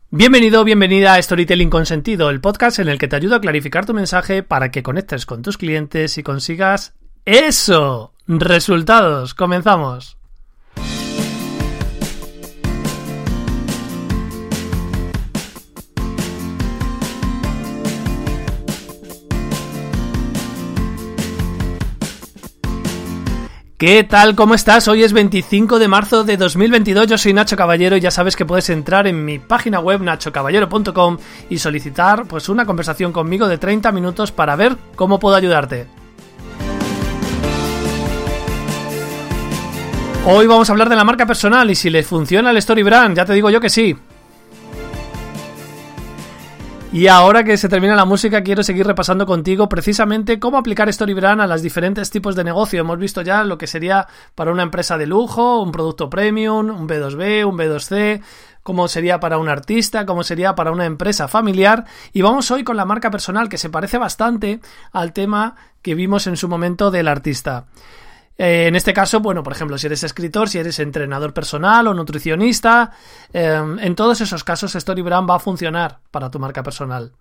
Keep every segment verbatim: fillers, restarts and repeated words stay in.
Bienvenido, bienvenida a Storytelling con Sentido, el podcast en el que te ayudo a clarificar tu mensaje para que conectes con tus clientes y consigas ¡eso! ¡Resultados! ¡Comenzamos! ¿Qué tal? ¿Cómo estás? Hoy es veinticinco de marzo de dos mil veintidós, yo soy Nacho Caballero y ya sabes que puedes entrar en mi página web nacho caballero punto com y solicitar pues una conversación conmigo de treinta minutos para ver cómo puedo ayudarte. Hoy vamos a hablar de la marca personal y si les funciona el Story Brand, ya te digo yo que sí. Y ahora que se termina la música, quiero seguir repasando contigo precisamente cómo aplicar StoryBrand a los diferentes tipos de negocio. Hemos visto ya lo que sería para una empresa de lujo, un producto premium, un B dos B, un B dos C, cómo sería para un artista, cómo sería para una empresa familiar. Y vamos hoy con la marca personal, que se parece bastante al tema que vimos en su momento del artista. Eh, en este caso, bueno, por ejemplo, si eres escritor, si eres entrenador personal o nutricionista, eh, en todos esos casos StoryBrand va a funcionar para tu marca personal.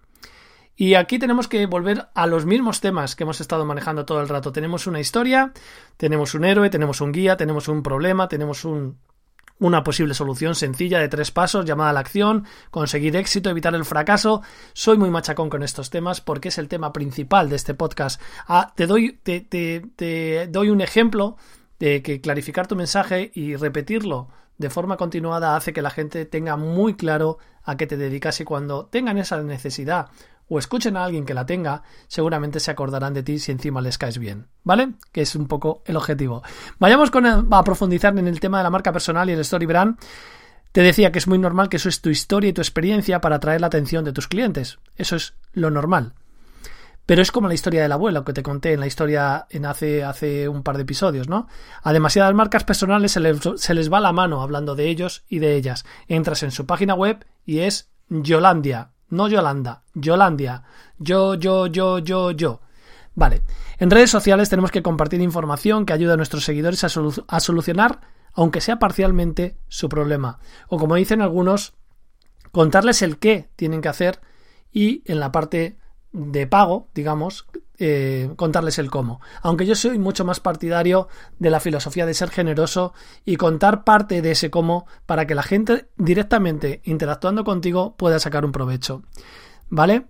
Y aquí tenemos que volver a los mismos temas que hemos estado manejando todo el rato. Tenemos una historia, tenemos un héroe, tenemos un guía, tenemos un problema, tenemos un... una posible solución sencilla de tres pasos, llamada a la acción, conseguir éxito, evitar el fracaso. Soy muy machacón con estos temas porque es el tema principal de este podcast. Ah, te doy, te, te, te doy un ejemplo de que clarificar tu mensaje y repetirlo de forma continuada hace que la gente tenga muy claro a qué te dedicas y cuando tengan esa necesidad o escuchen a alguien que la tenga, seguramente se acordarán de ti si encima les caes bien, ¿vale? Que es un poco el objetivo. Vayamos con el, a profundizar en el tema de la marca personal y el Story Brand. Te decía que es muy normal que eso es tu historia y tu experiencia para atraer la atención de tus clientes. Eso es lo normal. Pero es como la historia del abuelo que te conté en la historia en hace, hace un par de episodios, ¿no? A demasiadas marcas personales se les, se les va la mano hablando de ellos y de ellas. Entras en su página web y es Yolandia. No Yolanda, Yolandia. Yo, yo, yo, yo, yo. Vale. En redes sociales tenemos que compartir información que ayude a nuestros seguidores a, solu- a solucionar, aunque sea parcialmente, su problema. O como dicen algunos, contarles el qué tienen que hacer y en la parte de pago, digamos, eh, contarles el cómo. Aunque yo soy mucho más partidario de la filosofía de ser generoso y contar parte de ese cómo para que la gente directamente interactuando contigo pueda sacar un provecho. ¿Vale?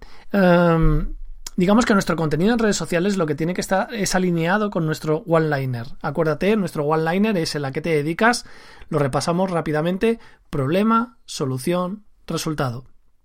Um, digamos que nuestro contenido en redes sociales lo que tiene que estar es alineado con nuestro one-liner. Acuérdate, nuestro one-liner es en la que te dedicas, lo repasamos rápidamente, problema, solución, resultado.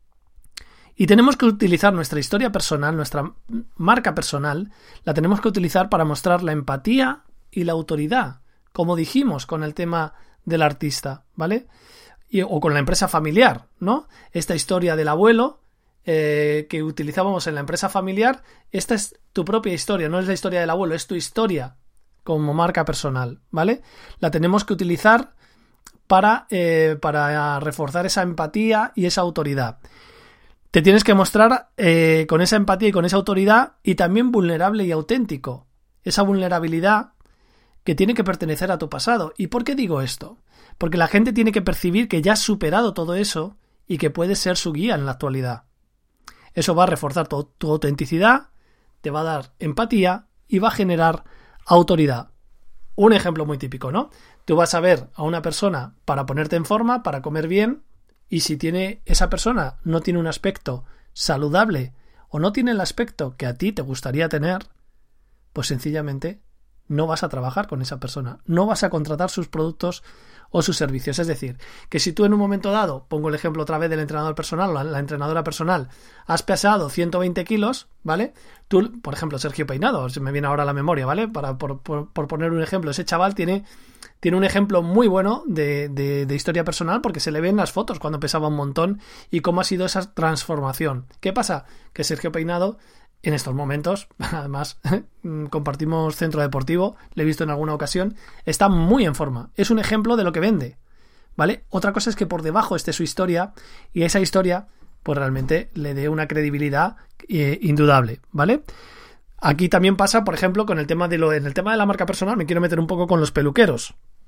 Y tenemos que utilizar nuestra historia personal, nuestra marca personal, la tenemos que utilizar para mostrar la empatía y la autoridad, como dijimos con el tema del artista, ¿vale? Y, o con la empresa familiar, ¿no? Esta historia del abuelo eh, que utilizábamos en la empresa familiar, esta es tu propia historia, no es la historia del abuelo, es tu historia como marca personal, ¿vale? La tenemos que utilizar para, eh, para reforzar esa empatía y esa autoridad. Te tienes que mostrar eh, con esa empatía y con esa autoridad y también vulnerable y auténtico. Esa vulnerabilidad que tiene que pertenecer a tu pasado. ¿Y por qué digo esto? Porque la gente tiene que percibir que ya has superado todo eso y que puedes ser su guía en la actualidad. Eso va a reforzar tu, tu autenticidad, te va a dar empatía y va a generar autoridad. Un ejemplo muy típico, ¿no? Tú vas a ver a una persona para ponerte en forma, para comer bien. Y si tiene esa persona no tiene un aspecto saludable o no tiene el aspecto que a ti te gustaría tener, pues sencillamente no vas a trabajar con esa persona, no vas a contratar sus productos o sus servicios. Es decir, que si tú en un momento dado, pongo el ejemplo otra vez del entrenador personal, la, la entrenadora personal, has pesado ciento veinte kilos, ¿vale? Tú, por ejemplo, Sergio Peinado, se me viene ahora a la memoria, ¿vale? Para, por, por, por poner un ejemplo, ese chaval tiene... Tiene un ejemplo muy bueno de, de, de historia personal porque se le ven las fotos cuando pesaba un montón y cómo ha sido esa transformación. ¿Qué pasa? Que Sergio Peinado, en estos momentos, además compartimos centro deportivo, le he visto en alguna ocasión, está muy en forma. Es un ejemplo de lo que vende, ¿vale? Otra cosa es que por debajo esté su historia y esa historia pues realmente le dé una credibilidad eh, indudable, ¿vale? Aquí también pasa, por ejemplo, con el tema de lo, en el tema de la marca personal, me quiero meter un poco con los peluqueros.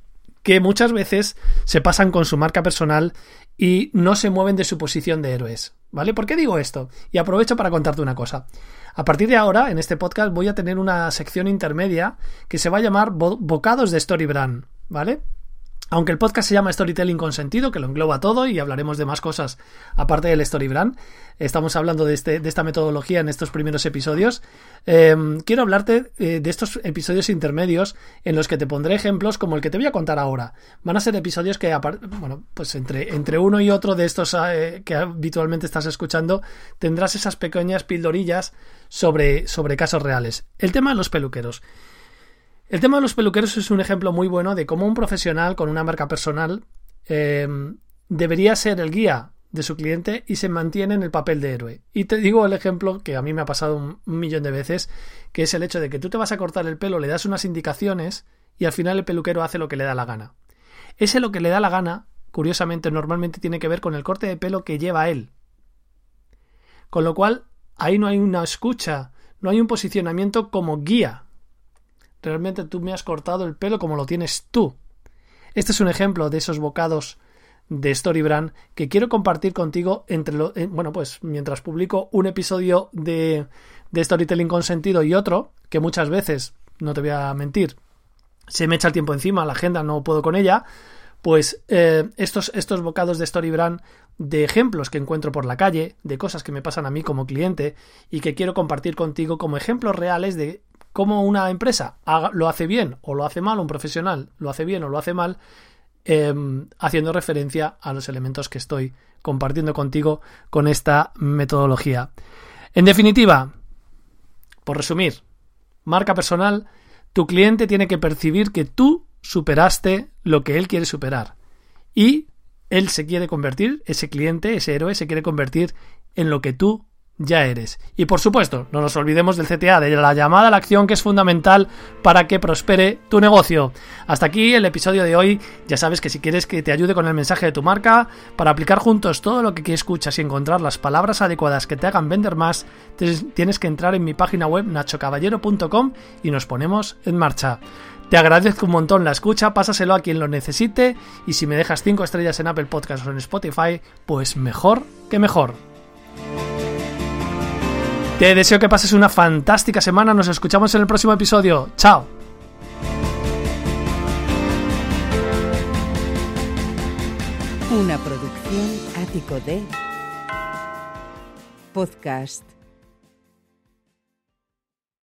que muchas veces se pasan con su marca personal y no se mueven de su posición de héroes, ¿vale? ¿Por qué digo esto? Y aprovecho para contarte una cosa. A partir de ahora, en este podcast, voy a tener una sección intermedia que se va a llamar Bo- Bocados de StoryBrand, ¿vale? Aunque el podcast se llama Storytelling con Sentido, que lo engloba todo y hablaremos de más cosas aparte del StoryBrand, estamos hablando de, este, de esta metodología en estos primeros episodios, eh, quiero hablarte eh, de estos episodios intermedios en los que te pondré ejemplos como el que te voy a contar ahora. Van a ser episodios que, bueno, pues entre, entre uno y otro de estos eh, que habitualmente estás escuchando, tendrás esas pequeñas pildorillas sobre, sobre casos reales. El tema de los peluqueros. El tema de los peluqueros es un ejemplo muy bueno de cómo un profesional con una marca personal eh, debería ser el guía de su cliente y se mantiene en el papel de héroe. Y te digo el ejemplo que a mí me ha pasado un, un millón de veces, que es el hecho de que tú te vas a cortar el pelo, le das unas indicaciones y al final el peluquero hace lo que le da la gana. Ese lo que le da la gana, curiosamente, normalmente tiene que ver con el corte de pelo que lleva él. Con lo cual, ahí no hay una escucha, no hay un posicionamiento como guía. Realmente tú me has cortado el pelo como lo tienes tú. Este es un ejemplo de esos bocados de StoryBrand que quiero compartir contigo entre lo, eh, bueno, pues mientras publico un episodio de, de Storytelling con Sentido y otro, que muchas veces, no te voy a mentir, se me echa el tiempo encima, la agenda no puedo con ella, pues eh, estos, estos bocados de StoryBrand, de ejemplos que encuentro por la calle, de cosas que me pasan a mí como cliente y que quiero compartir contigo como ejemplos reales de cómo una empresa haga, lo hace bien o lo hace mal, un profesional lo hace bien o lo hace mal, eh, haciendo referencia a los elementos que estoy compartiendo contigo con esta metodología. En definitiva, por resumir, marca personal, tu cliente tiene que percibir que tú superaste lo que él quiere superar y él se quiere convertir, ese cliente, ese héroe, se quiere convertir en lo que tú ya eres. Y por supuesto, no nos olvidemos del C T A, de la llamada a la acción, que es fundamental para que prospere tu negocio. Hasta aquí el episodio de hoy. Ya sabes que si quieres que te ayude con el mensaje de tu marca, para aplicar juntos todo lo que aquí escuchas y encontrar las palabras adecuadas que te hagan vender más, tienes que entrar en mi página web nacho caballero punto com y nos ponemos en marcha. Te agradezco un montón la escucha, pásaselo a quien lo necesite y si me dejas cinco estrellas en Apple Podcasts o en Spotify, pues mejor que mejor. Te deseo que pases una fantástica semana. Nos escuchamos en el próximo episodio. ¡Chao! Una producción Ático de Podcast.